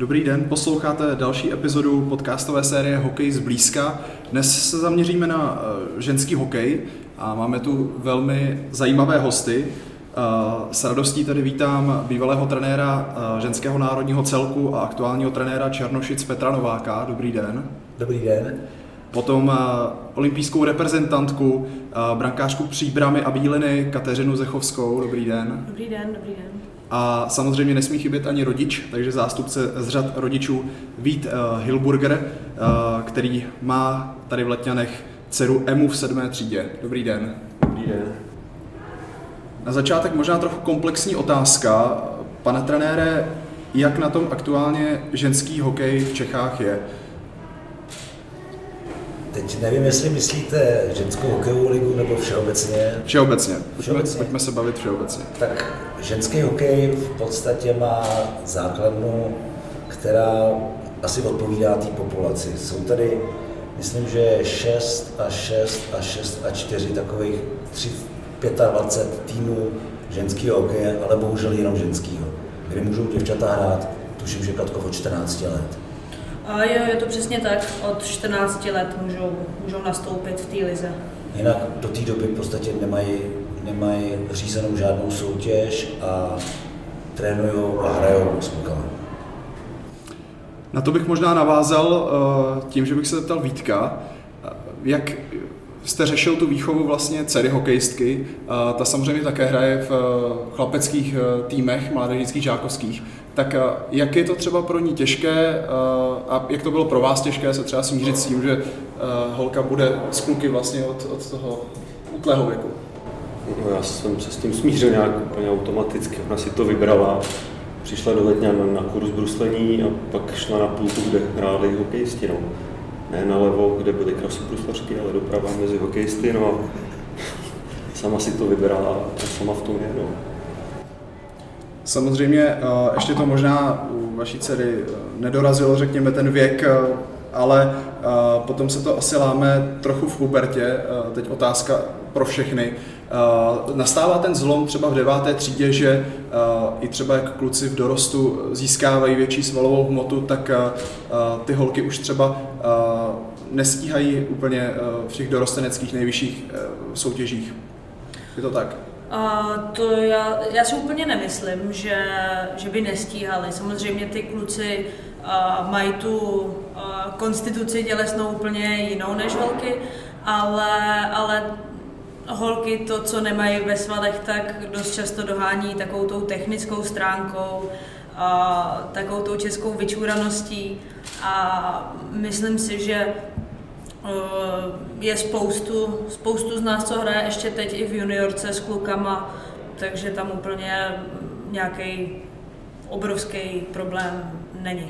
Dobrý den, posloucháte další epizodu podcastové série Hokej zblízka. Dnes se zaměříme na ženský hokej a máme tu velmi zajímavé hosty. S radostí tady vítám bývalého trenéra ženského národního celku a aktuálního trenéra Černošic Petra Nováka. Dobrý den. Dobrý den. Potom olympijskou reprezentantku, brankářku Příbramy a Bíliny Kateřinu Zechovskou. Dobrý den. Dobrý den, dobrý den. A samozřejmě nesmí chybět ani rodič, takže zástupce z řad rodičů Vít Hilburger, který má tady v Letňanech dceru Emu v 7. třídě. Dobrý den. Dobrý den. Na začátek možná trochu komplexní otázka. Pane trenére, jak na tom aktuálně ženský hokej v Čechách je? Teď nevím, jestli myslíte ženskou hokejovou ligu nebo všeobecně. Všeobecně. Pojďme se bavit všeobecně. Tak ženský hokej v podstatě má základnu, která asi odpovídá té populaci. Jsou tady, myslím, že 6 a 4 takových 25 týmů ženského hokeje, ale bohužel jenom ženského, kde můžou děvčata hrát, tuším, že Katko od 14 let. A jo, je to přesně tak, od 14 let můžou nastoupit v té lize. Jinak do té doby v podstatě nemají řízenou žádnou soutěž a trénujou a hrajou s klukama. Na to bych možná navázal tím, že bych se zeptal Vítka, jak jste řešil tu výchovu vlastně dcery hokejistky. Ta samozřejmě také hraje v chlapeckých týmech, mládežnických, žákovských. Tak jak je to třeba pro ní těžké a jak to bylo pro vás těžké se třeba smířit s tím, že holka bude s kluky vlastně od toho útlého věku? No, já jsem se s tím smířil nějak úplně automaticky. Ona si to vybrala, přišla do Letňan na kurz bruslení a pak šla na půlku, kde hráli hokejisti. No. Ne nalevo, kde byly krasopruslařky, ale doprava mezi hokejisty. No. Sama si to vybrala a sama v tom je. No. Samozřejmě ještě to možná u vaší dcery nedorazilo, řekněme, ten věk, ale potom se to asi láme trochu v pubertě. Teď otázka pro všechny. Nastává ten zlom třeba v 9. třídě, že i třeba jak kluci v dorostu získávají větší svalovou hmotu, tak ty holky už třeba nestíhají úplně v těch dorosteneckých nejvyšších soutěžích. Je to tak? Já si úplně nemyslím, že by nestíhali. Samozřejmě ty kluci mají tu konstituci tělesnou úplně jinou než holky, ale holky to, co nemají ve svalech, tak dost často dohání takovou tou technickou stránkou, takovou tou českou vyčúraností a myslím si, že je spoustu z nás, co hraje ještě teď i v juniorce s klukama, takže tam úplně nějaký obrovský problém není.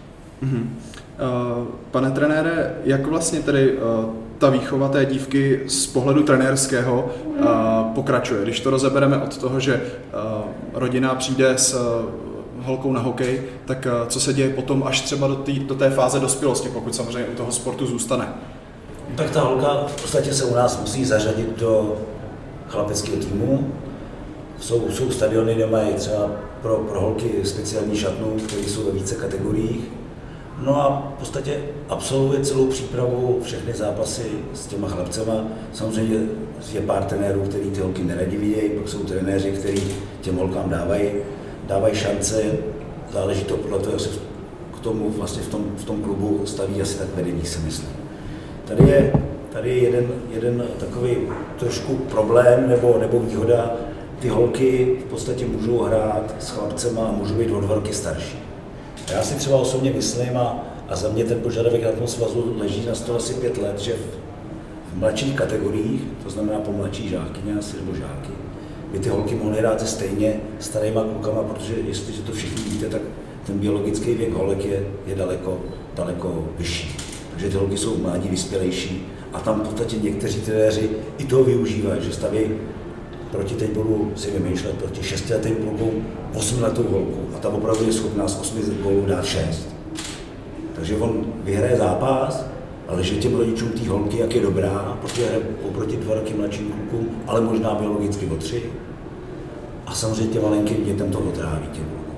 Pane trenére, jak vlastně tedy ta výchova té dívky z pohledu trenérského pokračuje? Když to rozebereme od toho, že rodina přijde s holkou na hokej, tak co se děje potom až třeba do té fáze dospělosti, pokud samozřejmě u toho sportu zůstane? Tak ta holka v podstatě se u nás musí zařadit do chlapeckého týmu. Jsou stadiony, kde mají třeba pro holky speciální šatnu, které jsou ve více kategoriích. No a v podstatě absolvuje celou přípravu, všechny zápasy s těma chlapcema. Samozřejmě je pár trenérů, který ty holky neradi vidějí, pak jsou trenéři, kteří těm holkám dávají šance. Záleží to podle toho, jak se k tomu vlastně v tom klubu staví asi tak vedení, si myslím. Tady je jeden takový trošku problém nebo výhoda. Ty holky v podstatě můžou hrát s chlapcema a můžou být o 2 roky starší. Já si třeba osobně myslím, a za mě ten požadavek na tom svazu leží na stole asi 5 let, že v mladších kategoriích, to znamená po mladší žákyně asi nebo žáky, by ty holky mohly hrát se stejně starýma klukama, protože jestliže to všichni víte, tak ten biologický věk holek je daleko vyšší. Takže ty holky jsou mladí, vyspělejší a tam v podstatě někteří trenéři i toho využívají, že staví proti teď budu si vymýšlet proti 6letým klukům 8letou holku a ta opravdu je schopná z 8 gólů dát 6. Takže on vyhraje zápas, ale že těm rodičům té holky, jak je dobrá, protože hraje oproti 2 roky mladším klukům, ale možná biologicky o 3. A samozřejmě těm malinkým dětem to otráví těm klukům.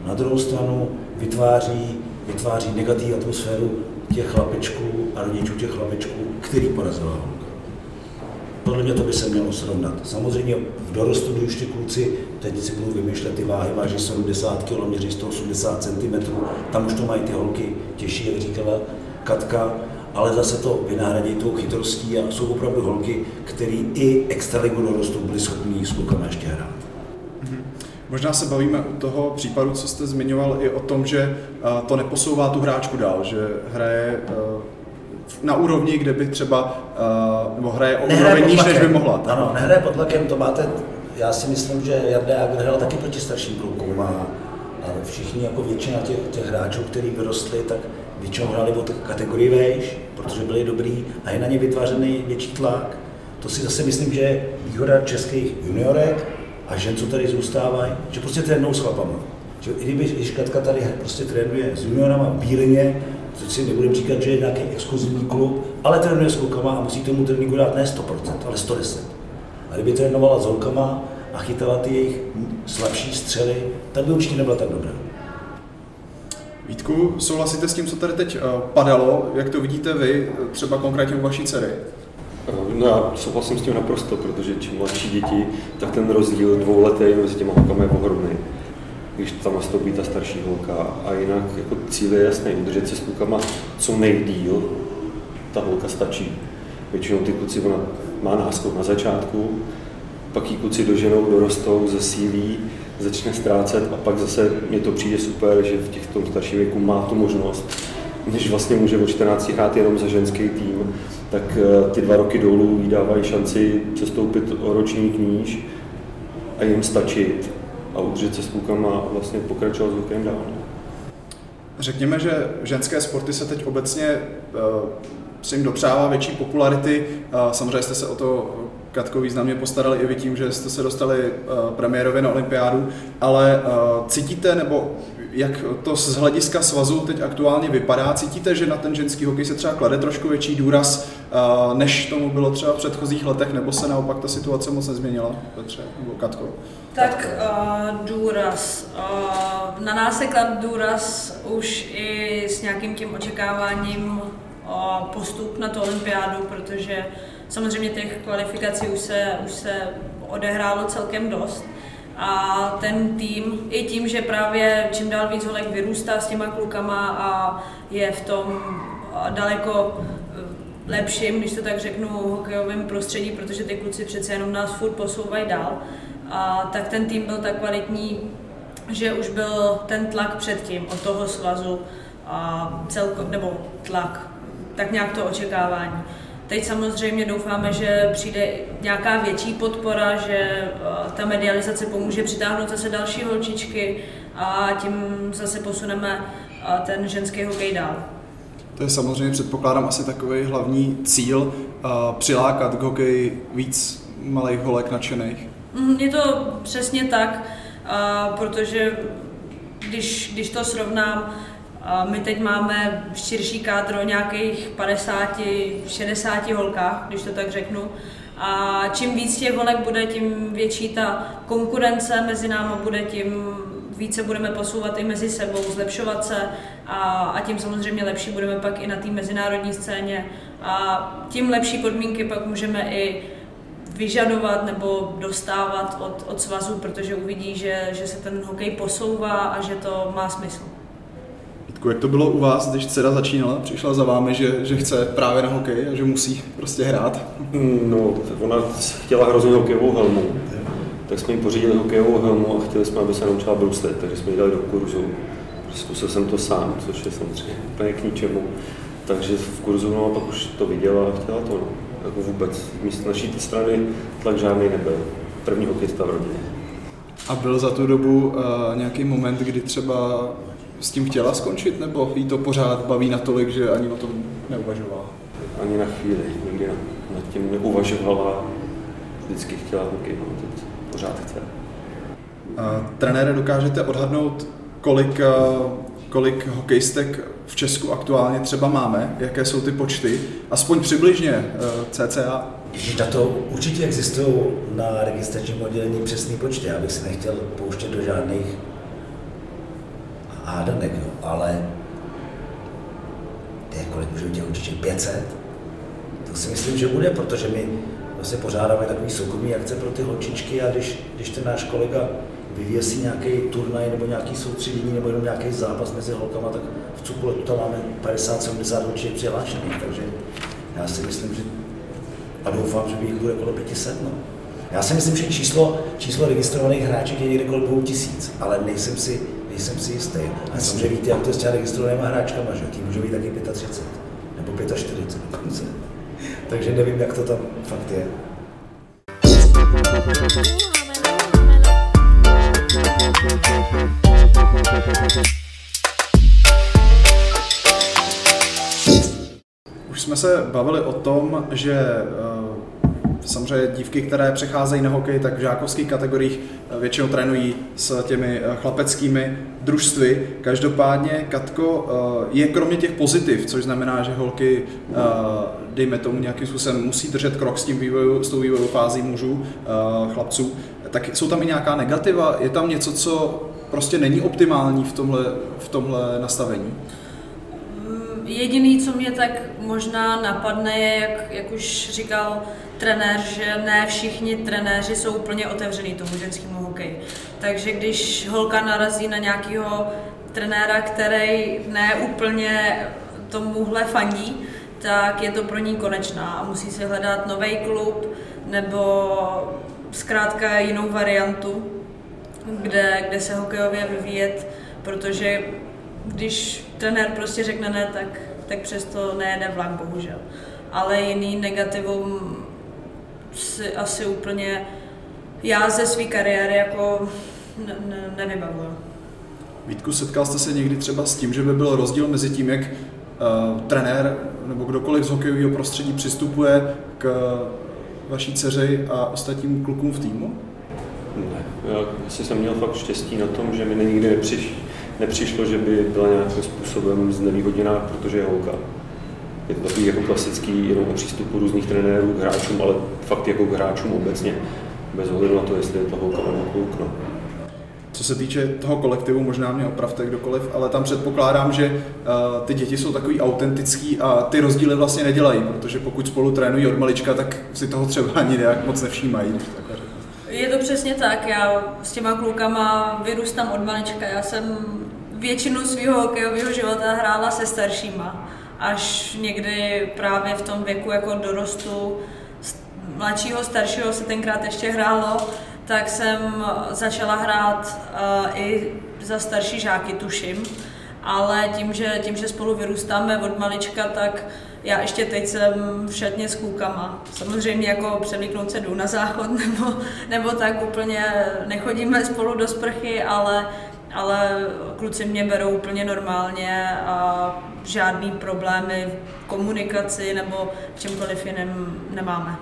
Na druhou stranu vytváří negativní atmosféru těch chlapečků a rodičů těch chlapečků, který porazila holka. Podle mě to by se mělo srovnat. Samozřejmě v dorostu, když už ty kluci, teď si budou vymýšlet ty váhy, váží 70 kg, měří 180 cm, tam už to mají ty holky těžší, jak říkala Katka, ale zase to vynahradí tou chytrostí a jsou opravdu holky, které i extraligu dorostu byly schopní s klukama ještě hrát. Možná se bavíme u toho případu, co jste zmiňoval, i o tom, že to neposouvá tu hráčku dál, že hraje na úrovni, kde by třeba, nebo hraje o úroveň níž, než by mohla. Ano, nehraje pod tlakem, to máte, já si myslím, že Jarda Jágr hrál taky proti starším klukům a všichni, jako většina těch hráčů, kteří vyrostli, tak většinou hráli od kategorii vejš, protože byli dobrý a je na ně vytvářený větší tlak. To si zase myslím, že je výhoda českých juniorek a žen, co tady zůstávají, že prostě trénují s chlapama. Že i když Katka tady prostě trénuje s juniorama v Bílině, což si nebudeme říkat, že je nějaký exkluzivní klub, ale trénuje s klukama a musí tomu tréninku dát ne 100%, ale 110%. A kdyby trénovala s holkama a chytala ty jejich slabší střely, tak by určitě nebyla tak dobrá. Vítku, souhlasíte s tím, co tady teď padalo? Jak to vidíte vy, třeba konkrétně u vaší dcery? No, já souhlasím s tím naprosto, protože čím mladší děti, tak ten rozdíl dvouletý mezi těma holkama je ohromný. Když tam nastoupí ta starší holka a jinak jako cíl je jasný, udržet se s klukama co nejdýl, ta holka stačí. Většinou ty kluci, ona má náskok na začátku, pak jí kluci doženou, dorostou, zesílí, začne ztrácet a pak zase mně to přijde super, že v tom starším věku má tu možnost, než vlastně může od 14 hrát jenom za ženský tým, tak ty 2 roky dolů jí dávají šanci přestoupit o ročník níž a jim stačit a udržet se s klukama a vlastně pokračovat s hokejem dál. Řekněme, že ženské sporty se teď obecně se jim dopřává větší popularity. Samozřejmě jste se o to, Katko, významně postarali i vy tím, že jste se dostali premiérově na olympiádu, ale cítíte, nebo jak to z hlediska svazu teď aktuálně vypadá, cítíte, že na ten ženský hokej se třeba klade trošku větší důraz, než tomu bylo třeba v předchozích letech, nebo se naopak ta situace moc nezměnila, Petře nebo Katko? Tak důraz. Na nás se klad důraz už i s nějakým tím očekáváním postup na tu olympiádu, protože samozřejmě těch kvalifikací už se odehrálo celkem dost. A ten tým, i tím, že právě čím dál víc holek vyrůstá s těma klukama a je v tom daleko lepším, když to tak řeknu, hokejovém prostředí, protože ty kluci přece jenom nás furt posouvají dál, tak ten tým byl tak kvalitní, že už byl ten tlak předtím od toho svazu, nebo tlak, tak nějak to očekávání. Teď samozřejmě doufáme, že přijde nějaká větší podpora, že ta medializace pomůže přitáhnout zase další holčičky a tím zase posuneme ten ženský hokej dál. To je samozřejmě, předpokládám, asi takový hlavní cíl, přilákat k hokeji víc malých holek nadšených. Je to přesně tak, protože když to srovnám, my teď máme širší kádr o nějakých 50-60 holkách, když to tak řeknu. A čím víc těch holek bude, tím větší ta konkurence mezi námi bude, tím více budeme posouvat i mezi sebou, zlepšovat se a tím samozřejmě lepší budeme pak i na té mezinárodní scéně. A tím lepší podmínky pak můžeme i vyžadovat nebo dostávat od svazu, protože uvidí, že se ten hokej posouvá a že to má smysl. Jak to bylo u vás, když dcera začínala, přišla za vámi, že chce právě na hokej a že musí prostě hrát? No, ona chtěla hrozně hokejovou helmu, tak jsme jí pořídili hokejovou helmu a chtěli jsme, aby se naučila bruslit, takže jsme ji dali do kurzu. Zkusil jsem to sám, což je samozřejmě úplně k ničemu. Takže v kurzu, no a pak už to viděla a chtěla to, no. Jako vůbec, místo naší strany tlak žádný nebyl. První hokejista v rodině. A byl za tu dobu nějaký moment, kdy třeba s tím chtěla skončit, nebo jí to pořád baví natolik, že ani o tom neuvažovala? Ani na chvíli, nikdy nad tím neuvažovala, vždycky chtěla hokej, no, teď pořád chce. Trenére, dokážete odhadnout, kolik hokejistek v Česku aktuálně třeba máme? Jaké jsou ty počty? Aspoň přibližně, cca? Na to určitě existují na registračním oddělení přesný počty, já bych se nechtěl pouštět do žádných hádanek, jo, ale kolik může být určitě 500. To si myslím, že bude, protože my vlastně pořádáme takový soukromý akce pro ty holčičky a když ten náš kolega vyvěsí nějaký turnaj nebo nějaký soustředění nebo jenom nějaký zápas mezi holkama, tak v Cukuletu tam máme 50-70 holčiček přihlášených, takže já si myslím, že a doufám, že jich bude kolem 500. No. Já si myslím, že číslo registrovaných hráček je někde kolem 2000, ale nejsem si jistý. A samozřejmě víte, jak to je s těmi registrovanými hráčkama, že tím může být taky 35 nebo 45 dokonce. Takže nevím, jak to tam fakt je. Už jsme se bavili o tom, že samozřejmě dívky, které přecházejí na hokej, tak v žákovských kategoriích většinou trénují s těmi chlapeckými družstvy. Každopádně, Katko, je kromě těch pozitiv, což znamená, že holky, dejme tomu nějakým způsobem, musí držet krok s tou vývojovou fází mužů, chlapců, tak jsou tam i nějaká negativa? Je tam něco, co prostě není optimální v tomhle nastavení? Jediný, co mě tak možná napadne, je, jak už říkal trenér, že ne všichni trenéři jsou úplně otevřený tomu ženskému hokeji. Takže když holka narazí na nějakého trenéra, který ne úplně tomuhle fandí, tak je to pro ní konečná a musí si hledat nový klub nebo zkrátka jinou variantu, kde se hokejově vyvíjet, protože když trenér prostě řekne ne, tak přesto nejede vlak, bohužel. Ale jiný negativum si asi úplně já ze své kariéry jako nevybavuju. Vítku, setkal jste se někdy třeba s tím, že by byl rozdíl mezi tím, jak trenér nebo kdokoliv z hokejového prostředí přistupuje k vaší dceři a ostatním klukům v týmu? Ne, já jsem měl fakt štěstí na tom, že mi nikdy nepřišlo, že by byla nějakým způsobem znevýhodněná, protože je holka. Je to takový jako klasický jenom o přístupu různých trenérů k hráčům, ale fakt jako k hráčům obecně, bez ohledu na to, jestli je to holka nebo kluk. No. Co se týče toho kolektivu, možná mě opravte kdokoliv, ale tam předpokládám, že ty děti jsou takový autentický a ty rozdíly vlastně nedělají, protože pokud spolu trénují od malička, tak si toho třeba ani nějak moc nevšímají. Je to přesně tak, já s těma klukama vyrůstám od malička, já jsem většinu svého hokejového života hrála se staršíma, až někdy právě v tom věku jako dorostu mladšího, staršího se tenkrát ještě hrálo, tak jsem začala hrát i za starší žáky, tuším, ale tím, že spolu vyrůstáme od malička, tak já ještě teď jsem v šatně s klukama. Samozřejmě jako převlíknout se jdu na záchod nebo tak úplně nechodíme spolu do sprchy, ale kluci mě berou úplně normálně a žádný problémy v komunikaci nebo čímkoliv jiném nemáme.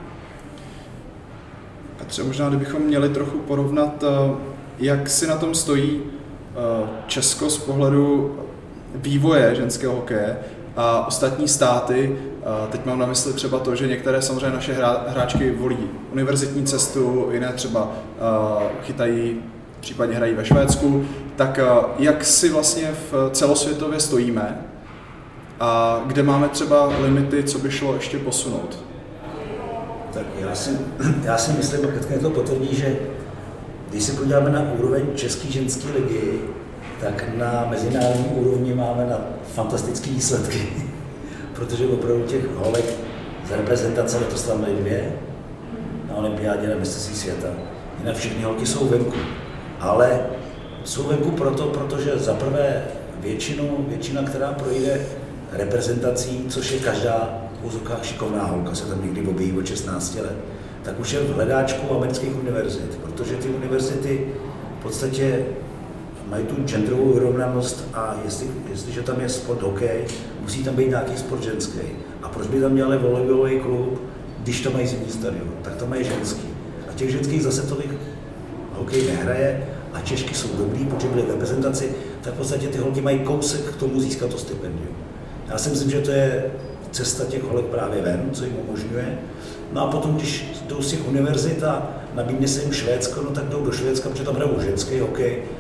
Petře, možná kdybychom měli trochu porovnat, jak si na tom stojí Česko z pohledu vývoje ženského hokeje a ostatní státy. Teď mám na mysli třeba to, že některé samozřejmě naše hráčky volí univerzitní cestu, jiné třeba chytají, případně hrají ve Švédsku. Tak jak si vlastně v celosvětově stojíme a kde máme třeba limity, co by šlo ještě posunout? Tak já si myslím, a Katka to potvrdí, že když se podíváme na úroveň české ženské ligy, tak na mezinárodní úrovni máme na fantastické výsledky, protože opravdu těch holek z reprezentace letos tam byly 2 na olympiádě na mistrovství světa. Jinak všechny holky jsou venku, ale jsou venku protože za prvé většina, která projde reprezentací, což je každá v úzokách šikovná holka, se tam někdy objeví od 16 let, tak už je v hledáčku amerických univerzit, protože ty univerzity v podstatě mají tu genderovou vyrovnanost a jestliže tam je sport hokej, musí tam být nějaký sport ženský. A proč by tam měli volejbalový klub, když to mají zimní stadion, tak tam mají ženský. A těch ženských zase tolik hokej nehraje a Češky jsou dobrý, protože byly v reprezentaci, tak v podstatě ty holky mají kousek k tomu získat to stipendium. Já si myslím, že to je cesta těch holek právě ven, co jim umožňuje. No a potom, když jdou z těch univerzit a nabídne se jim Švédsko, no tak jdou do Švédska, protože tam hrajou ženský hokej,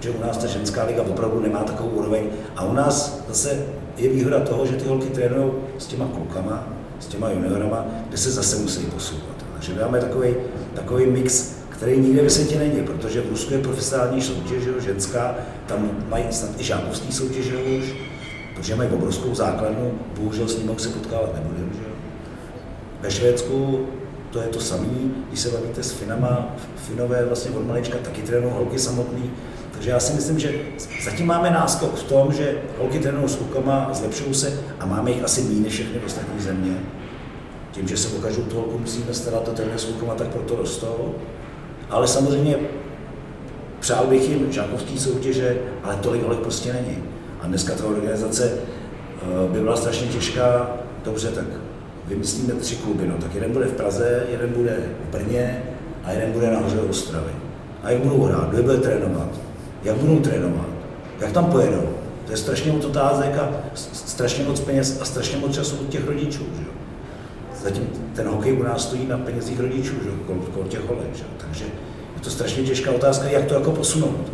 že u nás ta ženská liga opravdu nemá takovou úroveň a u nás zase je výhoda toho, že ty holky trénují s těma klukama, s těma juniorama, kde se zase musí posouvat. Takže máme takový mix, který nikde ve světě není, protože v Rusku je profesionální soutěž, ženská, tam mají snad i žákovský soutěž už, protože mají obrovskou základnu, bohužel s nimi se potkávat nebudeme. Ve Švédsku to je to samé, když se bavíte s Finama, Finové vlastně od malička taky trénují holky samotný, takže já si myslím, že zatím máme náskok v tom, že holky trénují s klukama, zlepšují se a máme jich asi méně než všechny ostatní země. Tím, že se o každou tu holku musíme starat a trénuje s klukama, tak proto rostou. Ale samozřejmě přál bych jim žákovský soutěže, ale tolik holek prostě není. A dneska ta organizace by byla strašně těžká. Dobře, tak vymyslíme 3 kluby, no, tak jeden bude v Praze, jeden bude v Brně a jeden bude nahoře v Ostravě. A jak budou hrát, kdo je bude trénovat, jak budou trénovat, jak tam pojedou. To je strašně moc otázek a strašně moc peněz a strašně moc času od těch rodičů. Že? Zatím ten hokej u nás stojí na penězích rodičů, kolem těch holek. Že? Takže je to strašně těžká otázka, jak to jako posunout.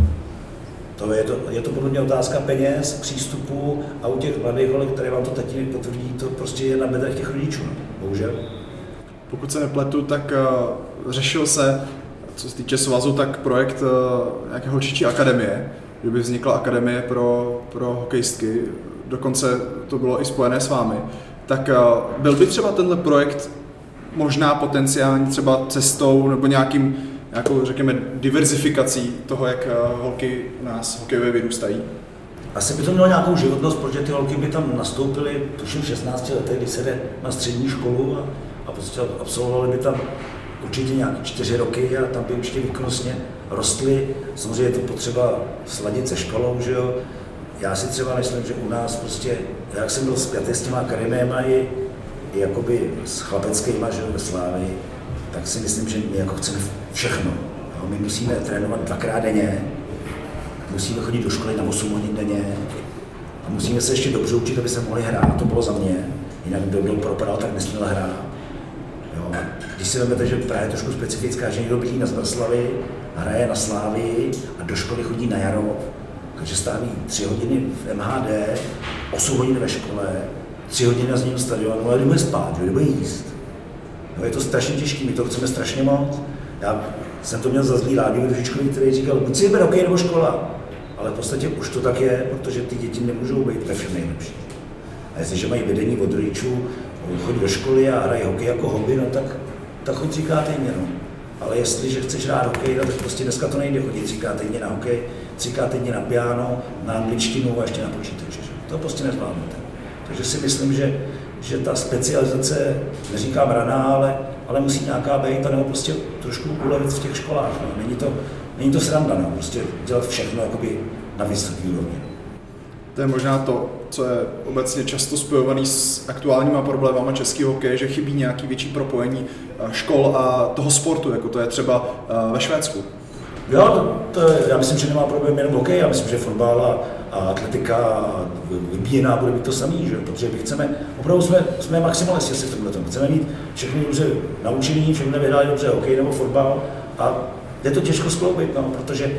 Je to podle mě otázka peněz, přístupu a u těch mladých holek, které vám to tatínek potvrdí, to prostě je na bedrech těch rodičů, bohužel. Pokud se nepletu, tak řešil se, co se týče svazu, tak projekt nějaké holčičí akademie, že by vznikla akademie pro hokejistky, dokonce to bylo i spojené s vámi. Tak byl by třeba tenhle projekt možná potenciální třeba cestou nebo nějakou, řekněme, diverzifikací toho, jak holky u nás hokejově vyrůstají? Asi by to mělo nějakou životnost, protože ty holky by tam nastoupily, tuším 16 letech, když se jde na střední školu a prostě absolvovali by tam určitě nějaké 4 roky a tam by určitě výkonnostně rostly. Samozřejmě je to potřeba sladit se školou, že jo. Já si třeba myslím, že u nás prostě, jak jsem byl spjatý s těma akademiema i jakoby s chlapeckýma, že jo, ve Slávii, tak si myslím, že my jako chceme všechno. Jo? My musíme trénovat 2krát denně, musíme chodit do školy na 8 hodin denně a musíme se ještě dobře učit, aby se mohli hrát. To bylo za mě, jinak kdo byl propadal, tak nesměl hrát. Jo? Když si vezmete, že právě je trošku specifická, že někdo bydlí na Zbraslavi, hraje na Slávii a do školy chodí na jaro, takže stáví 3 hodiny v MHD, 8 hodin ve škole, 3 hodiny na zimním stadionu, ale kdy bude spát, kdy bude jíst. No, je to strašně těžké, my to chceme strašně moc. Já jsem to měl za zlý rádio Ružičkovi, který říkal, buď si jebe hokej nebo škola. Ale v podstatě už to tak je, protože ty děti nemůžou být ve všem nejlepší. A jestliže mají vedení od rodičů, chodí do školy a hrají hokej jako hobby, no tak choď 3krát týdně. No. Ale jestliže chceš hrát hokej, no, tak prostě dneska to nejde chodit 3krát týdně na hokej, 3krát týdně na piano, na angličtinu a ještě na počítač. To prostě nezvládnete. Takže si myslím, že ta specializace, neříkám raná, ale musí nějaká být, nebo prostě trošku ulevit v těch školách. No. Není to sranda, no. Prostě dělat všechno jakoby na vysoké úrovni. To je možná to, co je obecně často spojovaný s aktuálníma problémama českého hokeje, že chybí nějaký větší propojení škol a toho sportu, jako to je třeba ve Švédsku. Jo, já myslím, že nemá problém jenom hokej, já myslím, že fotbal a atletika a vybíjená bude mít to samý, že? Protože my chceme, opravdu jsme maximalisti si v tomhle tom. Chceme mít všechny dobře naučení, všechny vyhráli dobře hokej nebo fotbal a je to těžko skloubit, no, protože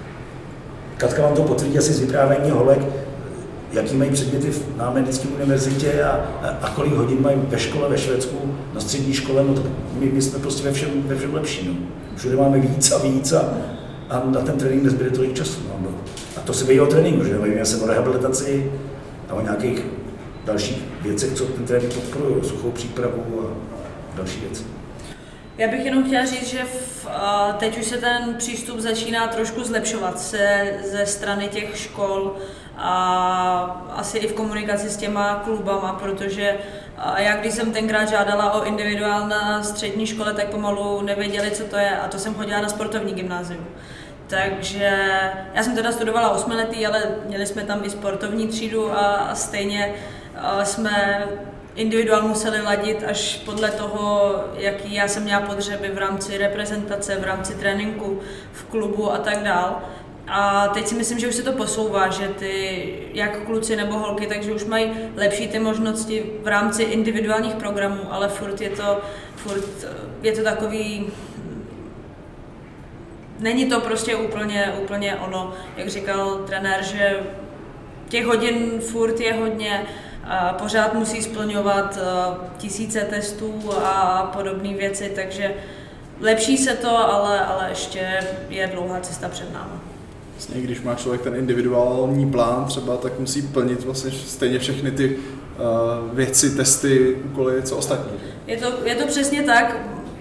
Katka vám to potvrdí asi z vyprávění holek, jaký mají předměty na Medické univerzitě a kolik hodin mají ve škole ve Švédsku, na střední škole, no to my jsme prostě ve všem lepší. No. Všude máme víc a na ten trénink nezbyde tolik času. No. A to se bejde o tréninku, že bavíme se o rehabilitaci a o nějakých dalších věcech, co ten trénink podporují, suchou přípravu a další věci. Já bych jenom chtěla říct, že teď už se ten přístup začíná trošku zlepšovat ze strany těch škol a asi i v komunikaci s těma klubama, protože já když jsem tenkrát žádala o individuál na střední škole, tak pomalu nevěděli, co to je, a to jsem chodila na sportovní gymnázium. Takže já jsem teda studovala 8letý, ale měli jsme tam i sportovní třídu a stejně jsme individuál museli ladit až podle toho, jaký já jsem měla potřeby v rámci reprezentace, v rámci tréninku, v klubu a tak dál. A teď si myslím, že už se to posouvá, že ty, jak kluci nebo holky, takže už mají lepší ty možnosti v rámci individuálních programů, ale furt je to takový není to prostě úplně ono, jak říkal trenér, že těch hodin furt je hodně, pořád musí splňovat tisíce testů a podobné věci, takže lepší se to, ale ještě je dlouhá cesta před námi. Vlastně, když má člověk ten individuální plán třeba, tak musí plnit vlastně stejně všechny ty věci, testy, úkoly, co ostatní. Je to přesně tak.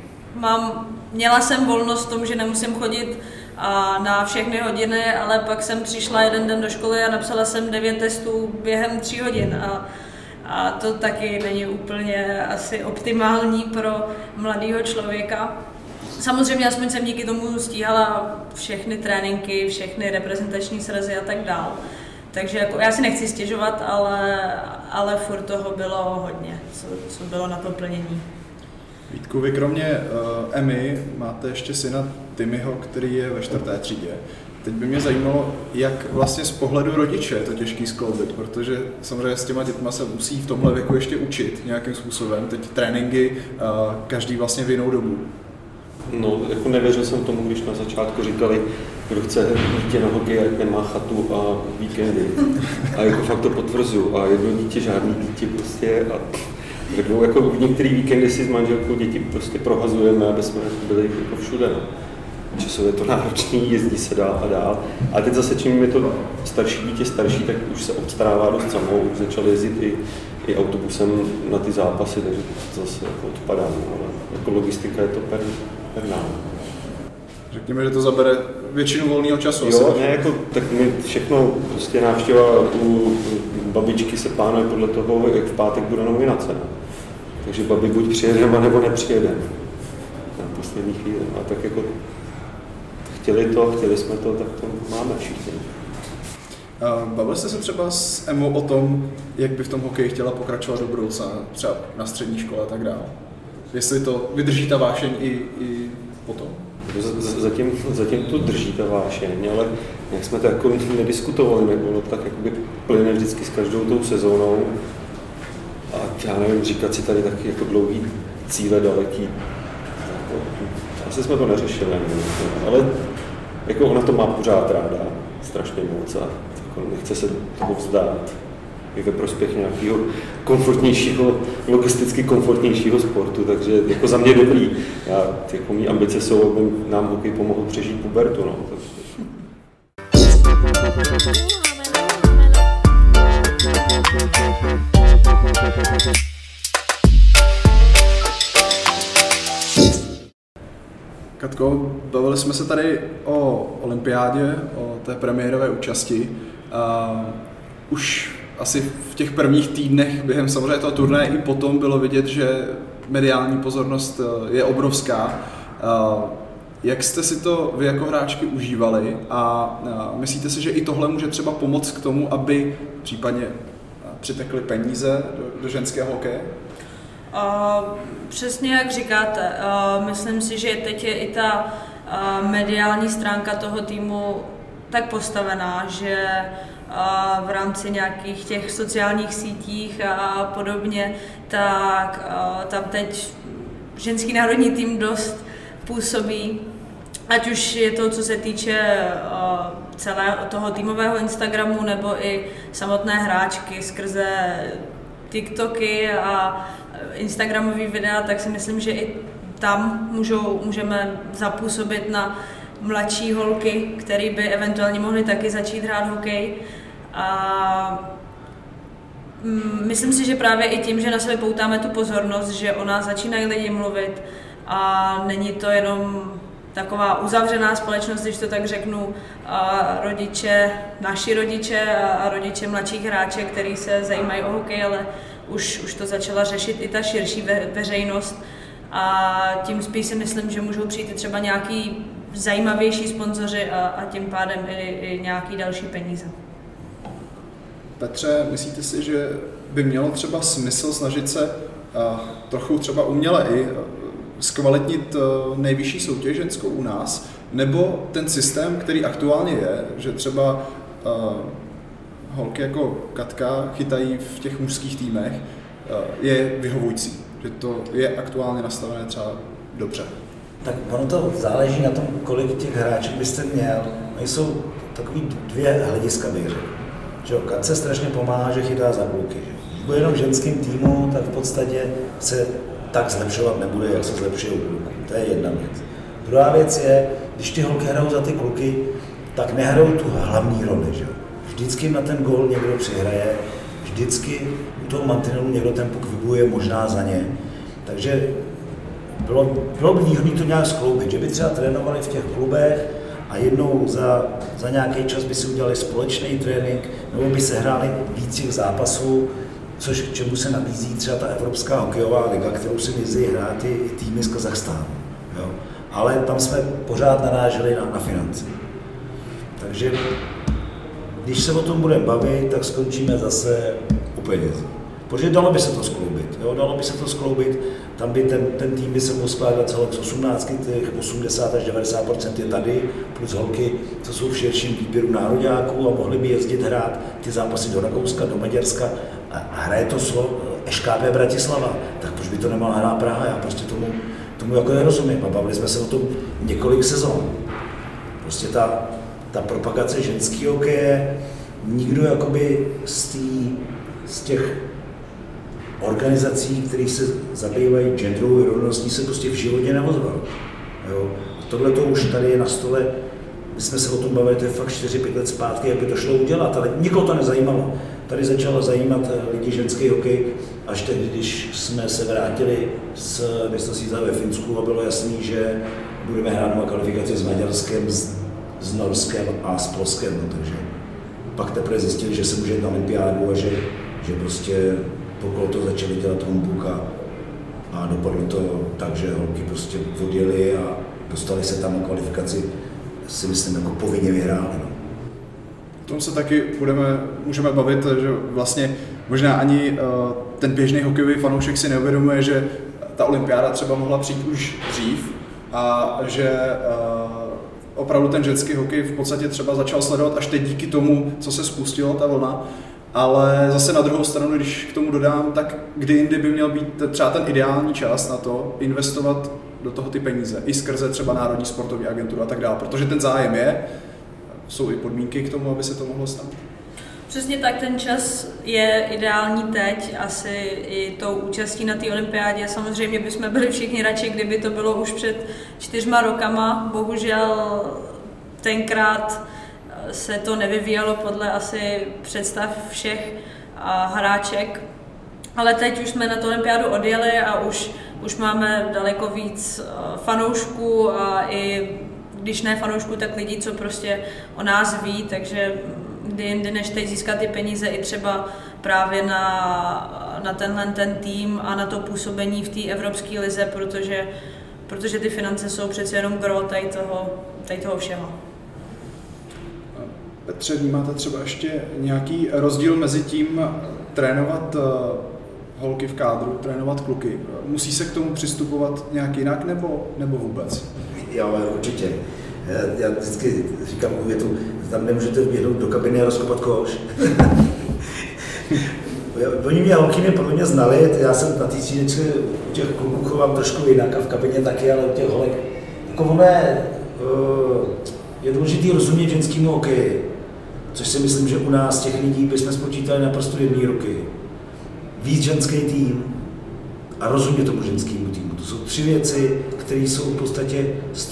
Měla jsem volnost v tom, že nemusím chodit na všechny hodiny, ale pak jsem přišla jeden den do školy a napsala jsem 9 testů během 3 hodin. A to taky není úplně asi optimální pro mladého člověka. Samozřejmě aspoň jsem díky tomu stíhala všechny tréninky, všechny reprezentační srazy a tak dál. Takže jako, já si nechci stěžovat, ale furt toho bylo hodně, co bylo na to plnění. Vítku, vy kromě Emy máte ještě syna Timmyho, který je ve 4. třídě. Teď by mě zajímalo, jak vlastně z pohledu rodiče je to těžký skloubit, protože samozřejmě s těma dětma se musí v tomhle věku ještě učit nějakým způsobem. Teď tréninky, každý vlastně v jinou dobu. No, jako nevěřil jsem tomu, když na začátku říkali, kdo chce dítě na hokej, ať nemá chatu a víkendy. A jako fakt to potvrzuju. A jedno dítě, žádný dítě prostě. A jako v některé víkendy si s manželkou děti prostě prohazujeme, aby jsme byli jako všude. No. Časově je to náročný, jezdí se dál a dál. A teď zase, čím je to dítě starší, tak už se obstarává dost samou, už začal jezdit i autobusem na ty zápasy, takže to zase jako odpadá. Ale jako logistika je to perná. Řekněme, že to zabere většinu volného času. Jo, ne, jako, tak my všechno, prostě návštěva u babičky se plánuje podle toho, jak v pátek bude nominace. Ne? Takže babi buď přijedeme, nebo nepřijedeme. Na poslední chvíli. A tak jako chtěli jsme to, tak to máme všichni. Bavili jste se třeba s Emou o tom, jak by v tom hokeji chtěla pokračovat do budoucna, třeba na střední škole a tak dále? Jestli to vydrží ta vášeň i potom? Zatím to drží ta vášeň, ale jak jsme to jako nediskutovali, nebo no, tak jakoby plyne vždycky s každou tou sezónou. A já nevím, říkat si tady taky jako dlouhý cíle daleký. Asi jsme to neřešili, ale jako ona to má pořád ráda, strašně moc a jako nechce se toho vzdát. I ve prospěch nějakého komfortnějšího, logisticky komfortnějšího sportu, takže jako za mě dobrý. Jako mý ambice jsou, aby nám hokej pomohl přežít pubertu. No. Katko, bavili jsme se tady o olympiádě, o té premiérové účasti. Už asi v těch prvních týdnech během samozřejmě toho turnaje i potom bylo vidět, že mediální pozornost je obrovská. Jak jste si to vy jako hráčky užívali a myslíte si, že i tohle může třeba pomoct k tomu, aby případně přitekly peníze do ženského hokeje? Přesně jak říkáte, myslím si, že teď je i ta mediální stránka toho týmu tak postavená, že v rámci nějakých těch sociálních sítích a podobně, tak tam teď ženský národní tým dost působí, ať už je to, co se týče celého toho týmového Instagramu, nebo i samotné hráčky skrze TikToky a Instagramové videa, tak si myslím, že i tam můžeme zapůsobit na mladší holky, které by eventuálně mohly taky začít hrát hokej. A myslím si, že právě i tím, že na sebe poutáme tu pozornost, že o nás začínají lidi mluvit a není to jenom taková uzavřená společnost, když to tak řeknu, naši rodiče a rodiče mladších hráček, kteří se zajímají o hokej, ale už to začala řešit i ta širší veřejnost a tím spíš si myslím, že můžou přijít i třeba nějaký zajímavější sponzoři a tím pádem i nějaký další peníze. Petře, myslíte si, že by mělo třeba smysl snažit se trochu třeba uměle i zkvalitnit nejvyšší soutěž ženskou u nás, nebo ten systém, který aktuálně je, že třeba holky jako Katka chytají v těch mužských týmech, je vyhovující, že to je aktuálně nastavené třeba dobře? Tak ono to záleží na tom, kolik těch hráčů byste měl. Oni jsou takový dvě hlediska, bych řekl. Katce strašně pomáhá, že chytá za kluky. Když bude jenom v ženském týmu, tak v podstatě se tak zlepšovat nebude, jak se zlepšuje u kluků. To je jedna věc. Druhá věc je, když ty holky hrajou za ty kluky, tak nehrajou tu hlavní roli. Že? Vždycky na ten gól někdo přihraje, vždycky u toho mantinelu někdo ten puk vybuje možná za ně. Takže bylo by výhodné to nějak skloubit, že by třeba trénovali v těch klubech a jednou za nějaký čas by si udělali společný trénink, nebo by se hráli víc těch zápasů, což k čemu se nabízí třeba ta Evropská hokejová liga, kterou si jezdí hrát i týmy z Kazachstánu. Jo. Ale tam jsme pořád naráželi na finance. Takže když se o tom budeme bavit, tak skončíme zase u peněz. Protože dalo by se to skloubit. Jo? Dalo by se to skloubit, tam by ten tým by se mohl skládat celé z 18, těch 80 až 90% je tady, plus holky, co jsou v širším výběru nároďáků a mohli by jezdit hrát ty zápasy do Rakouska, do Maďarska a hraje to ŠKP Bratislava, tak proč by to nemohla hrát Praha? Já prostě tomu jako nerozumím a bavili jsme se o tom několik sezon. Prostě ta propagace ženského hokeje, nikdo jakoby z těch organizací, které se zabývají genderovou rovností, se prostě v životě neozval. Tohle to už tady je na stole, my jsme se o tom bavili, to je fakt 4-5 let zpátky, jak by to šlo udělat, ale nikoho to nezajímalo. Tady začalo zajímat lidi ženský hokej, až tehdy, když jsme se vrátili z mistrovství ve Finsku a bylo jasný, že budeme hrát na kvalifikaci s Maďarskem, s Norskem a s Polskem, takže pak teprve zjistili, že se může jít na olympiádu a že prostě okolo to začali dělat humbuk a dopadlo to tak, že holky prostě odjeli a dostali se tam na kvalifikaci, si myslím, jako povinně vyhráli. No. O tom se taky můžeme bavit, že vlastně možná ani ten běžný hokejový fanoušek si neuvědomuje, že ta olympiáda třeba mohla přijít už dřív a že opravdu ten ženský hokej v podstatě třeba začal sledovat až teď díky tomu, co se spustila ta vlna. Ale zase na druhou stranu, když k tomu dodám, tak kdy jindy by měl být třeba ten ideální čas na to investovat do toho ty peníze, i skrze třeba Národní sportovní agenturu a tak dále, protože ten zájem je, jsou i podmínky k tomu, aby se to mohlo stát. Přesně tak, ten čas je ideální teď, asi i tou účastí na té olympiádě. Samozřejmě bychom byli všichni radši, kdyby to bylo už před 4 rokama. Bohužel tenkrát se to nevyvíjelo podle asi představ všech hráček. Ale teď už jsme na tu olympiádu odjeli a už máme daleko víc fanoušků a i když ne fanoušků, tak lidí, co prostě o nás ví, takže kdy jindy než teď získat ty peníze i třeba právě na ten tým a na to působení v té evropské lize, protože ty finance jsou přece jenom gro tady toho všeho. Petře, vnímáte třeba ještě nějaký rozdíl mezi tím trénovat holky v kádru, trénovat kluky? Musí se k tomu přistupovat nějak jinak nebo vůbec? Jo, určitě. Já vždycky říkám větu, tam nemůžete vběhnout do kabiny a rozkopat koš. Oni mě holky podle mě znali, já jsem na té střídečce u těch kluků chovám trošku jinak a v kabině taky, ale u těch holek. Jako je důležitý rozumět ženskému hokeji, což si myslím, že u nás těch lidí bychom spočítali naprosto jedné ruky. Víc ženský tým a rozumět tomu ženskému týmu. To jsou 3 věci, které jsou v podstatě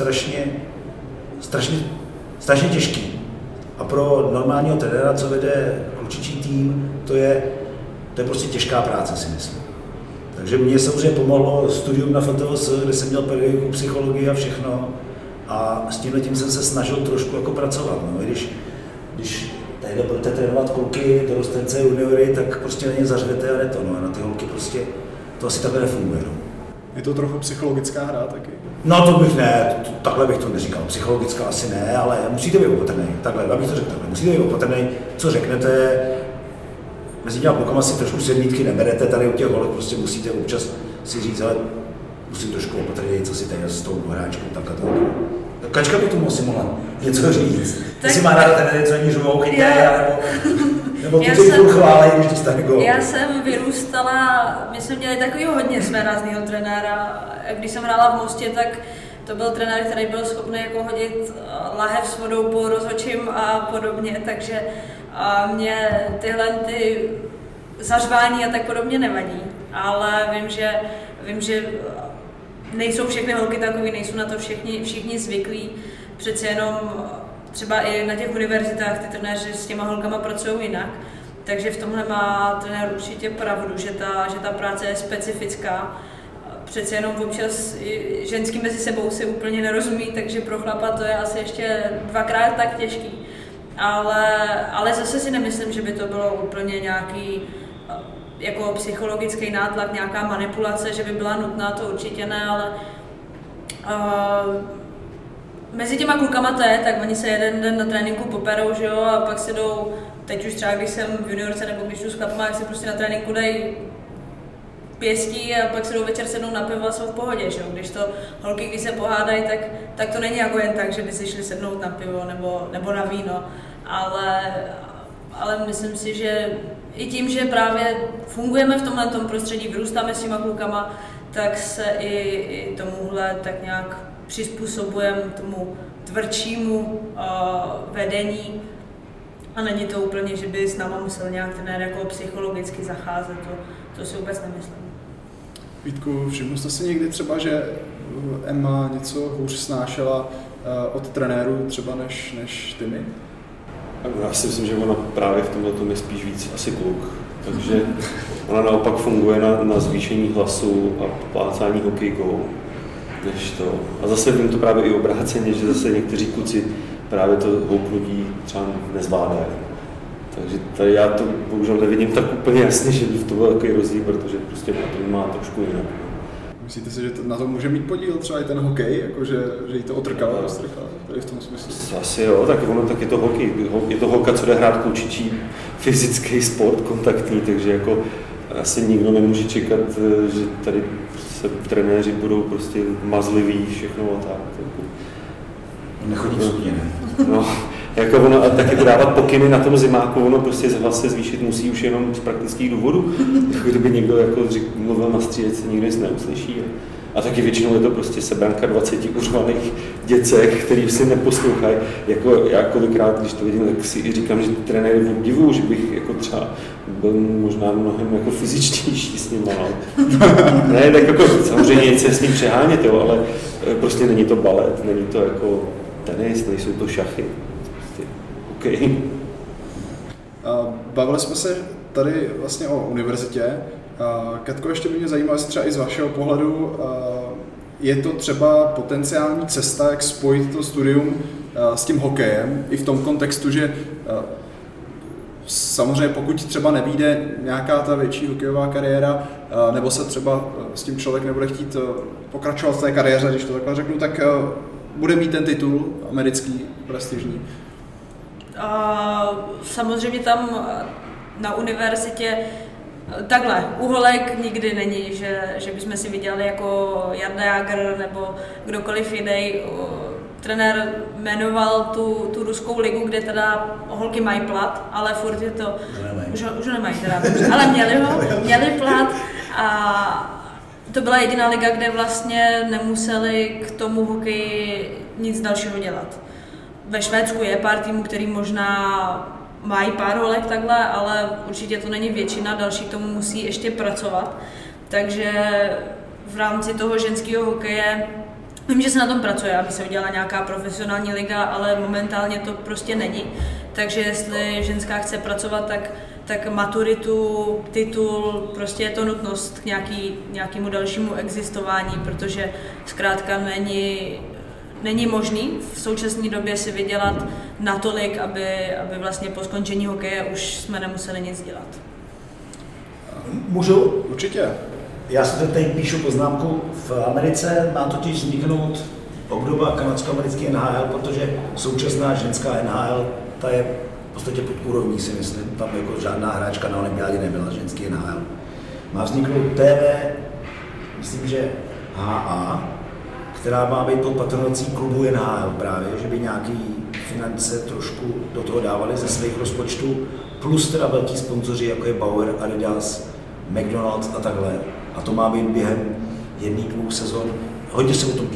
strašně těžký. A pro normálního trenéra, co vede klučičí tým, to je prostě těžká práce, si myslím. Takže mě samozřejmě pomohlo studium na FTVS, kde jsem měl pedagogiku, psychologii a všechno. A s tímhletím jsem se snažil trošku jako pracovat. No. Když tady budete trénovat kluky, dorostence, juniory, tak prostě na ně zařvete a ne to. No. A na ty holky prostě to asi takhle nefunguje. No. Je to trochu psychologická hra taky? No to bych ne, takhle bych to neříkal. Psychologická asi ne, ale musíte být opatrný. Takhle, abych to řekl takhle. Musíte být opatrný, co řeknete. Mezi těma klukama si trošku sedmítky neberete, tady u těch holek prostě musíte občas si říct, ale musím trošku opatrně, co si tady s tou hráčkou tak a tak. Kačka by tomu asi mohla něco říct. Jestli má ráda ten něco nížovou chyté, nebo ty tě furt chválej, když dostane gól. Já jsem vyrůstala, my jsme měli takového hodně svéráznýho trenéra. Když jsem hrála v Mostě, tak to byl trenér, který byl schopný jako hodit lahev s vodou po rozhodčím a podobně, takže mě tyhle ty zařvání a tak podobně nevadí, ale vím, že nejsou všechny holky takový, nejsou na to všichni zvyklí, přece jenom třeba i na těch univerzitách ty trenéři s těma holkama pracují jinak, takže v tomhle má trenér určitě pravdu, že ta práce je specifická. Přece jenom občas ženský mezi sebou si úplně nerozumí, takže pro chlapa to je asi ještě dvakrát tak těžký. Ale zase si nemyslím, že by to bylo úplně nějaký jako psychologický nátlak, nějaká manipulace, že by byla nutná, to určitě ne, ale mezi těma klukama to je, tak oni se jeden den na tréninku poperou, že jo, a pak se jdou, teď už třeba když jsem v juniorce nebo když jdu s chlapama, jak se prostě na tréninku dají pěstí a pak se jdou večer sednou na pivo a jsou v pohodě, že jo. Když to holky, když se pohádají, tak to není jako jen tak, že by si šli sednout na pivo nebo na víno, ale myslím si, že i tím, že právě fungujeme v tomhle prostředí, vyrůstáme s těma klukama, tak se i tomuhle tak nějak přizpůsobujeme tomu tvrdšímu vedení a není to úplně, že by s náma musel nějak trenér jako psychologicky zacházet, to si vůbec nemyslím. Vítku, všiml jste si někdy třeba, že Emma něco hůř snášela od trenérů třeba než Timmy? Já si myslím, že ona právě v tomhle tom je spíš víc asi kluk. Takže ona naopak funguje na zvýšení hlasu a plácání hokejkou než to. A zase vím to právě i obráceně, že zase někteří kluci právě to houpnutí třeba nezvládají. Takže tady já to bohužel nevidím tak úplně jasně, že by to byl takový rozdíl, protože prostě to má trošku jinak. Myslíte si, že na to může mít podíl třeba i ten hokej, jako že jí to otrkala, tady v tom smyslu? Asi jo, tak je to hokej. Je to holka, co jde hrát klučičí fyzický sport, kontaktní, takže jako asi nikdo nemůže čekat, že tady se trenéři budou prostě mazliví, všechno a tak. Nechodí v sukni, ne? No, jako ono, a taky to dávat pokyny na tom zimáku, ono prostě hlas se zvýšit musí už jenom z praktických důvodů. Jako kdyby někdo jako mluvil na střídece, nikdo nic neuslyší. A taky většinou je to prostě sebranka 20 uřvaných děcek, který si neposlouchají. Jako já kolikrát, když to vidím, tak si i říkám, že trenéry obdivuju, že bych jako třeba byl možná mnohem jako fyzičtější s nimi. Ne, tak jako samozřejmě nic se s ním přehánět, jo, ale prostě není to balet, není to jako tenis, nejsou to šachy. Prostě, okay. Bavili jsme se tady vlastně o univerzitě. Katko, ještě by mě zajímalo, jestli třeba i z vašeho pohledu je to třeba potenciální cesta, jak spojit to studium s tím hokejem, i v tom kontextu, že samozřejmě pokud třeba nevyjde nějaká ta větší hokejová kariéra, nebo se třeba s tím člověk nebude chtít pokračovat v té kariéře, když to takhle řeknu, tak bude mít ten titul americký, prestižní. Samozřejmě tam na univerzitě takhle, u holek nikdy není, že bychom si viděli jako Jarda Jágr nebo kdokoliv jiný. Trenér jmenoval tu ruskou ligu, kde teda holky mají plat, ale furt je to... Už nemají teda, ale měli plat a to byla jediná liga, kde vlastně nemuseli k tomu hokeji nic dalšího dělat. Ve Švédsku je pár týmů, který možná mají pár holek takhle, ale určitě to není většina, další k tomu musí ještě pracovat. Takže v rámci toho ženského hokeje vím, že se na tom pracuje, aby se udělala nějaká profesionální liga, ale momentálně to prostě není. Takže jestli ženská chce pracovat, tak maturitu, titul, prostě je to nutnost k nějakému dalšímu existování, protože zkrátka není možný v současné době si vydělat natolik, aby vlastně po skončení hokeje už jsme nemuseli nic dělat. Můžu? Určitě. Já si tady píšu poznámku. V Americe má totiž vzniknout obdoba kanadsko-americké NHL, protože současná ženská NHL, ta je v podstatě pod úrovní, si myslím. Tam jako žádná hráčka na olympiádě nebyla, ženský NHL. Má vzniknout TV, myslím, že HA, která má být pod patronací klubu NHL právě, že by nějaký finance trošku do toho dávali ze svých rozpočtů, plus teda velký sponzoři, jako je Bauer, Adidas, McDonald's a takhle. A to má být během 1-2 sezon. Hodně se o tom píše.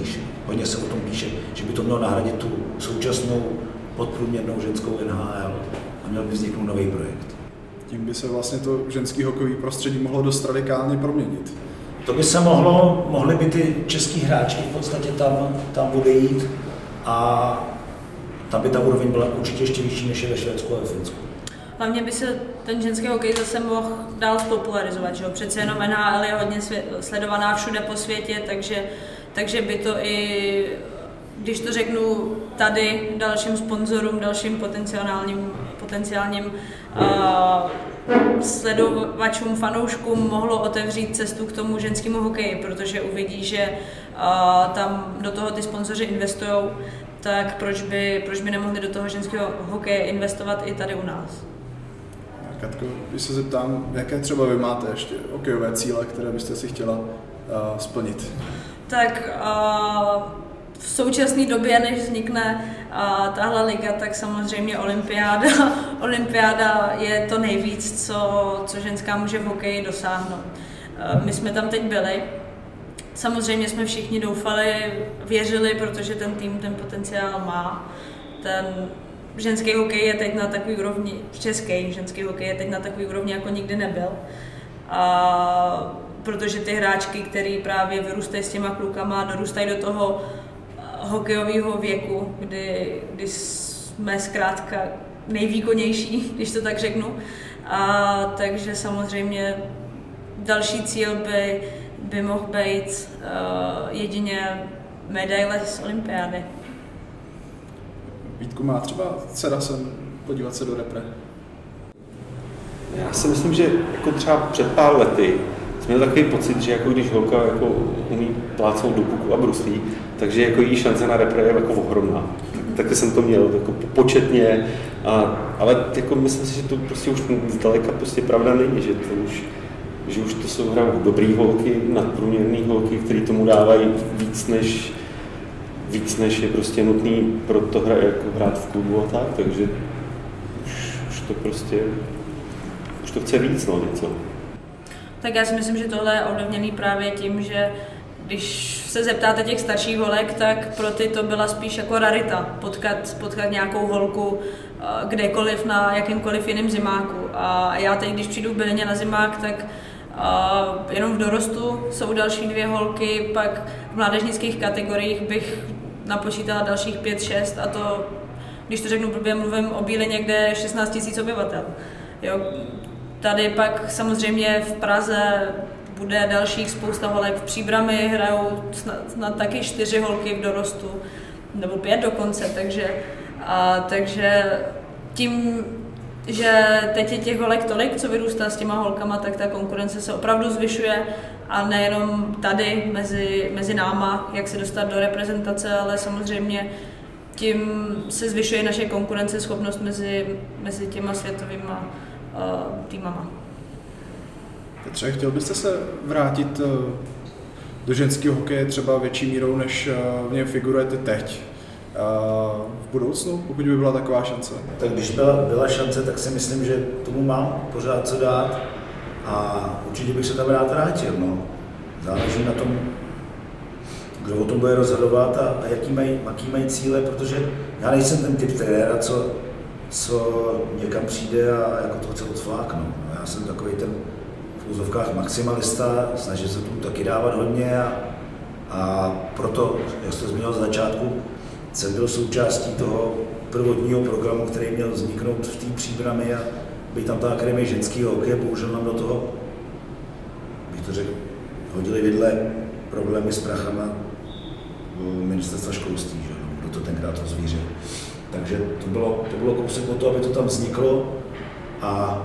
hodně se o tom píše, že by to mělo nahradit tu současnou podprůměrnou ženskou NHL a měl by vzniknout nový projekt. Tím by se vlastně to ženský hokejové prostředí mohlo dost radikálně proměnit. To by se mohly by ty český hráčky v podstatě tam odejít a tam by ta úroveň byla určitě ještě vyšší, než je ve Švédsku a ve Finsku. Hlavně by se ten ženský hokej zase mohl dál spopularizovat, že jo? Přece jenom NHL je hodně sledovaná všude po světě, takže by to i, když to řeknu tady, dalším sponzorům, dalším potenciálním sledovačům, fanouškům mohlo otevřít cestu k tomu ženskému hokeji, protože uvidí, že tam do toho ty sponzoři investují, tak proč by nemohli do toho ženského hokeje investovat i tady u nás? Katko, když se zeptám, jaké třeba vy máte ještě hokejové cíle, které byste si chtěla splnit? Tak v současné době, než vznikne tahle liga, tak samozřejmě olympiáda je to nejvíc, co ženská může v hokeji dosáhnout. My jsme tam teď byli, samozřejmě jsme všichni doufali, věřili, protože ten tým ten potenciál má. Ten ženský hokej je teď na takový úrovni, český ženský hokej je teď na takový úrovni, jako nikdy nebyl. Protože ty hráčky, které právě vyrůstají s těma klukama, dorůstají do toho hokejového věku, kdy jsme zkrátka nejvýkonnější, když to tak řeknu. Takže samozřejmě další cíl by mohl být jedině medaile z olympiády. Vítku, má třeba dcera sem podívat se do repre? Já si myslím, že jako třeba před pár lety jsem měl takový pocit, že jako když holka jako umí plácnout do puku a bruslí, takže jako její šance na repre je jako ohromná. Taky jsem to měl jako početně, ale jako myslím si, že to prostě už zdaleka prostě pravda není, že už to jsou hrají dobrý holky, nadprůměrný holky, který tomu dávají víc než je prostě nutný pro to jako hrát v klubu a tak, takže už to chce víc, něco. Tak já si myslím, že tohle je ovlivněný právě tím, že když se zeptáte těch starších holek, tak pro ty to byla spíš jako rarita potkat nějakou holku kdekoliv na jakýmkoliv jiném zimáku. A já teď, když přijdu v Bylině na zimák, tak jenom v dorostu jsou další 2 holky, pak v mládežnických kategoriích bych napočítala dalších 5-6 a to, když to řeknu blbě, mluvím o Bílině, kde je 16 000 obyvatel. Jo. Tady pak samozřejmě v Praze bude dalších spousta holek. V Příbrami hrajou snad taky 4 holky v dorostu, nebo 5 dokonce, takže tím, že teď je těch holek tolik, co vyrůstá s těma holkama, tak ta konkurence se opravdu zvyšuje a nejenom tady mezi náma, jak se dostat do reprezentace, ale samozřejmě tím se zvyšuje naše konkurenceschopnost mezi těma světovýma týmama. Petře, chtěl byste se vrátit do ženského hokeje třeba větší mírou, než v něm figurujete teď? V budoucnu, pokud by byla taková šance? Tak když byla šance, tak si myslím, že tomu mám pořád co dát a určitě bych se tam rád vrátil. No. Záleží na tom, kdo o tom bude rozhodovat a jaký mají cíle, protože já nejsem ten typ trenéra, co někam přijde a jako to chce odfláknout. Já jsem takový ten v úzovkách maximalista, snažím se tomu taky dávat hodně a proto, jak jste zmínil z začátku, jsem byl součástí toho prvotního programu, který měl vzniknout v té Příbrami a být tam ta akademie ženského hokeje, bohužel nám do toho, bych to řekl, hodili vidle problémy s prachama ministerstva školství, že? Kdo to tenkrát rozvířil. Takže to bylo kousek o to, aby to tam vzniklo a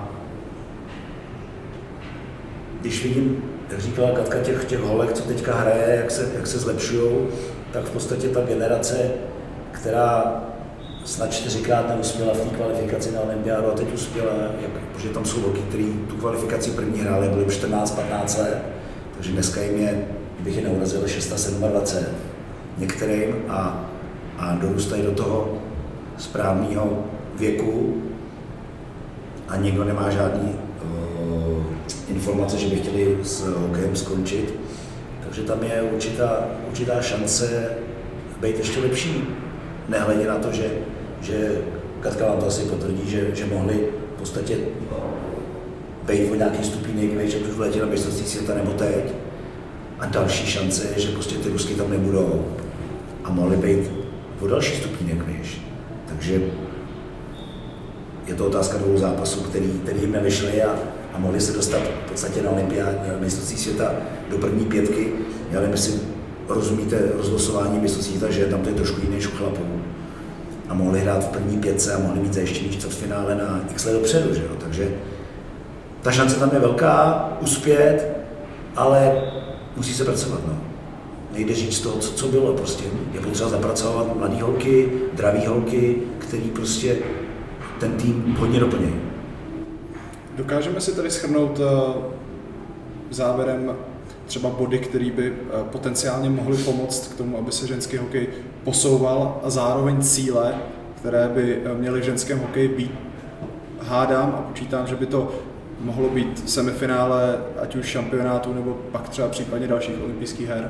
když vidím, jak říkala Katka, těch holek, co teďka hraje, jak se zlepšujou, tak v podstatě ta generace, která snad 4krát neuspěla v té kvalifikaci na olympiádu a teď uspěla, protože tam jsou holky, kteří tu kvalifikaci první hráli, byly 14-15 let, takže dneska jim je, bych je neurazil, 26-27 některým a dorůstají do toho správného věku a nikdo nemá žádný informace, že by chtěli s hokejem skončit. Takže tam je určitá šance být ještě lepší. Nehledě na to, že Katka vám to asi potvrdí, že mohli v podstatě být o nějaký stupínek vejš, ať už v létě na mistrovství světa nebo teď. A další šance je, že prostě ty Rusky tam nebudou a mohli být o další stupínek vejš. Takže je to otázka 2 zápasů, který jim nevyšly a mohli se dostat v podstatě na olympiádě, na mistrovství světa do první 5. Já nevím, jestli rozumíte rozlosování mistrovství světa, že tam to je trošku jiný než u chlapů. A mohli hrát v první 5 a mohli mít zajištěný čtvrtfinále na x let dopředu, že jo? Takže ta šance tam je velká, uspět, ale musí se pracovat, no. Nejde říct toho, co bylo prostě. Je potřeba zapracovat mladý holky, dravý holky, který prostě ten tým hodně doplňují. Dokážeme si tady shrnout závěrem třeba body, které by potenciálně mohly pomoct k tomu, aby se ženský hokej posouval a zároveň cíle, které by měly v ženském hokeji být. Hádám a počítám, že by to mohlo být semifinále, ať už šampionátu, nebo pak třeba případně dalších olympijských her.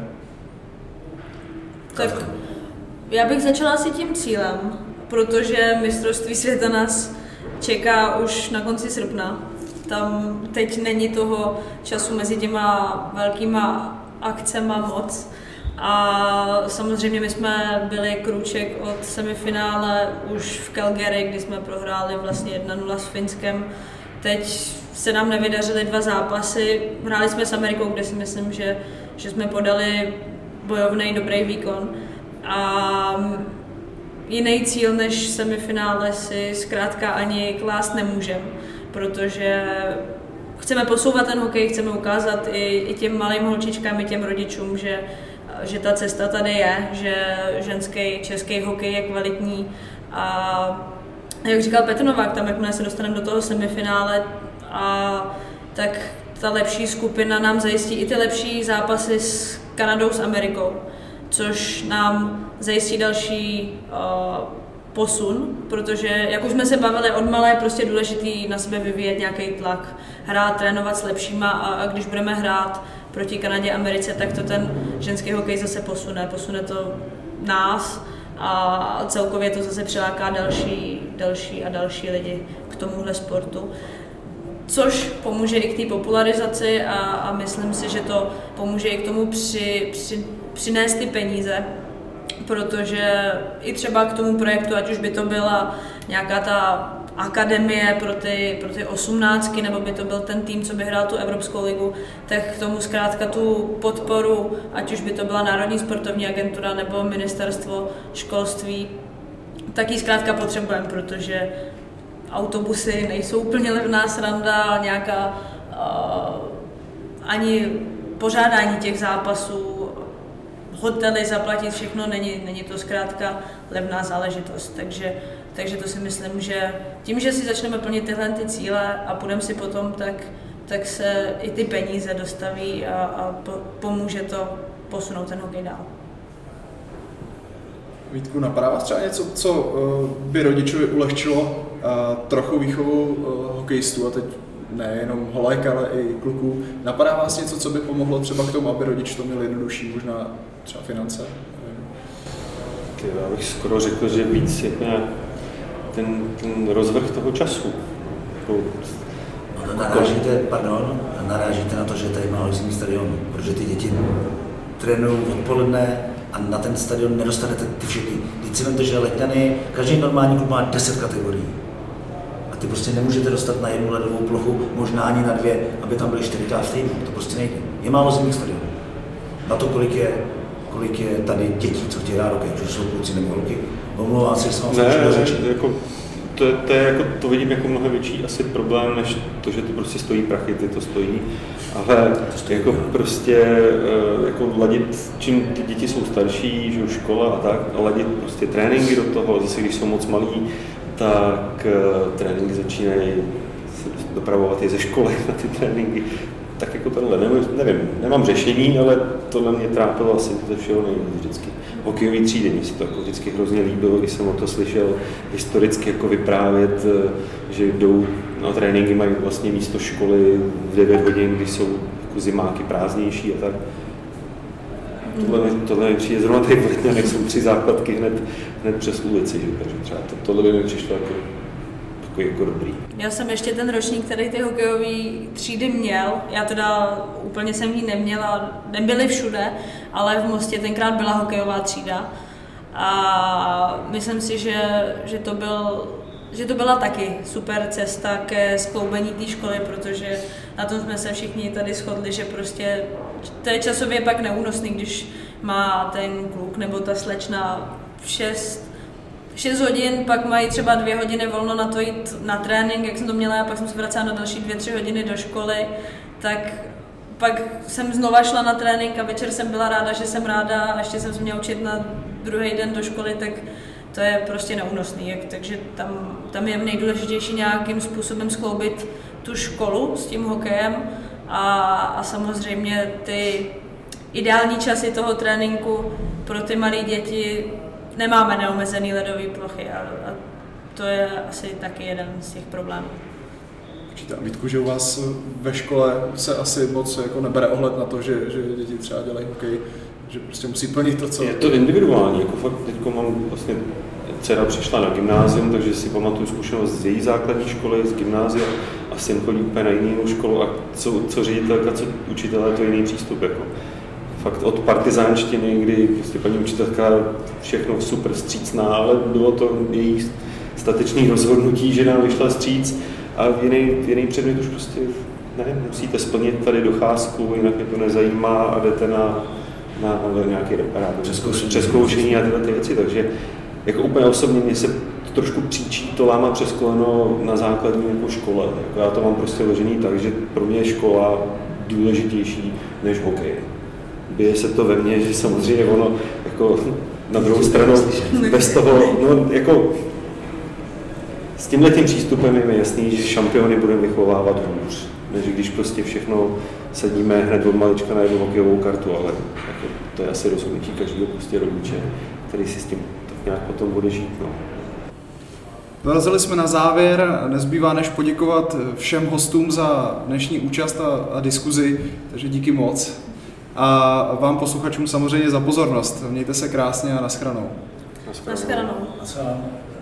Tak já bych začala asi tím cílem, protože mistrovství světa nás čeká už na konci srpna. Tam teď není toho času mezi těma velkýma akcema moc. A samozřejmě my jsme byli krůček od semifinále už v Calgary, kdy jsme prohráli vlastně 1-0 s Finskem. Teď se nám nevydařily 2 zápasy. Hráli jsme s Amerikou, kde si myslím, že jsme podali bojovný dobrý výkon. A jiný cíl než semifinále si zkrátka ani klást nemůžeme, protože chceme posouvat ten hokej, chceme ukázat i těm malým holčičkám, i těm rodičům, že ta cesta tady je, že ženský český hokej je kvalitní. A jak říkal Petr Novák, tam jakmile se dostaneme do toho semifinále, tak ta lepší skupina nám zajistí i ty lepší zápasy s Kanadou, s Amerikou, což nám zajistí další posun, protože jak už jsme se bavili od malé, je prostě důležitý na sebe vyvíjet nějaký tlak, hrát, trénovat s lepšíma a když budeme hrát proti Kanadě, Americe, tak to ten ženský hokej zase posune to nás a celkově to zase přiláká další a další lidi k tomuhle sportu. Což pomůže i k té popularizaci a myslím si, že to pomůže i k tomu přinést ty peníze, protože i třeba k tomu projektu, ať už by to byla nějaká ta akademie pro ty 18, nebo by to byl ten tým, co by hrál tu Evropskou ligu, tak k tomu zkrátka tu podporu, ať už by to byla Národní sportovní agentura nebo ministerstvo školství, tak ji zkrátka potřebujeme, protože autobusy nejsou úplně levná sranda, nějaká ani pořádání těch zápasů, hotely zaplatit, všechno není to zkrátka levná záležitost. Takže to si myslím, že tím, že si začneme plnit tyhle ty cíle a půjdeme si potom, tak se i ty peníze dostaví a pomůže to posunout ten hokej dál. Vítku, napadá vás třeba něco, co by rodičovi ulehčilo trochu výchovu hokejistů, a teď nejenom holek, ale i kluků. Napadá vás něco, co by pomohlo třeba k tomu, aby rodič to měl jednodušší, možná třeba finance? Já bych skoro řekl, že víc jako ten rozvrh toho času. Narážíte na to, že tady má zimní stadion, protože ty děti trénují odpoledne a na ten stadion nedostanete ty všechny. Teď si vemte, že Letňany, každý normální klub má 10 kategorií. A ty prostě nemůžete dostat na jednu ledovou plochu, možná ani na 2, aby tam byly 4krát v týdnu. To prostě nejde. Je málo zimních stadionů. Na to, kolik je tady dětí, co chtějí hrát hokej, že jsou kluci nebo holky. Omlouvám se, že jsem vám jako to vidím jako mnohem větší asi problém, než to, že to prostě stojí prachy, ty to stojí, ale jako prostě jako ladit, čím ty děti jsou starší, že už škola a tak, a ladit prostě tréninky do toho, zase když jsou moc malí, tak tréninky začínají dopravovat je ze školy na ty tréninky. Tak jako tohle, nevím, nemám řešení, ale to na mě trápilo asi ze všeho nejvíc vždycky. Hokejový třídy, mi se to jako vždycky hrozně líbilo, když jsem o to slyšel historicky jako vyprávět, že jdou na tréninky, mají vlastně místo školy v 9 hodin, když jsou jako zimáky prázdnější a tak. Tohle mi přijde zrovna tady v Letňanech, jsou 3 základky hned přes ulici, že? Takže třeba tohle by mi přišlo jako dobrý. Já jsem ještě ten ročník, který ty hokejové třídy měl, já teda úplně jsem ji neměla, nebyly všude, ale v Mostě tenkrát byla hokejová třída a myslím si, že to byla taky super cesta ke skloubení té školy, protože na tom jsme se všichni tady shodli, že prostě to je časově pak neúnosný, když má ten kluk nebo ta slečna v 6 hodin, pak mají třeba 2 hodiny volno na to jít na trénink, jak jsem to měla, a pak jsem se vracela na další 2-3 hodiny do školy, tak pak jsem znova šla na trénink a večer jsem byla ráda, že jsem ráda a ještě jsem se měla učit na druhý den do školy, tak to je prostě neúnosný, takže tam je nejdůležitější nějakým způsobem skloubit tu školu s tím hokejem a samozřejmě ty ideální časy toho tréninku pro ty malé děti. Nemáme neomezený ledové plochy a to je asi taky jeden z těch problémů. Určitě. Vítku, že u vás ve škole se asi moc jako nebere ohled na to, že děti třeba dělají hokej, že prostě musí plnit to, co... Je to individuální, jako fakt teďko mám vlastně, dcera přišla na gymnázium, takže si pamatuju zkušenost z její základní školy, z gymnázia a syn chodí úplně na jinou školu a co ředitelka, co učitelé, to je jiný přístup, jako. Fakt od partizánštiny, kdy prostě paní učitelka všechno super vstřícná, ale bylo to její statečné rozhodnutí, že nám vyšla vstříc a v jiný předmět už prostě musíte splnit tady docházku, jinak mě to nezajímá a jdete na nějaký reparát, přezkoušení a tyhle ty věci, takže jako úplně osobně mě se trošku příčí to lámat přes koleno na základní jako škole, jako já to mám prostě ležený tak, že pro mě je škola důležitější než hokej. Bije se to ve mně, že samozřejmě ono jako na druhou stranu bez toho, no jako s tímhletím přístupem je mi jasný, že šampiony budeme vychovávat hůř, než když prostě všechno sedíme hned od malička na jednu hokejovou kartu, ale jako, to je asi rozhodnutí každého prostě rodiče, který si s tím tak nějak potom bude žít. No. Dorazili jsme na závěr, nezbývá než poděkovat všem hostům za dnešní účast a diskuzi, takže díky moc. A vám posluchačům samozřejmě za pozornost. Mějte se krásně a nashledanou. Nashledanou.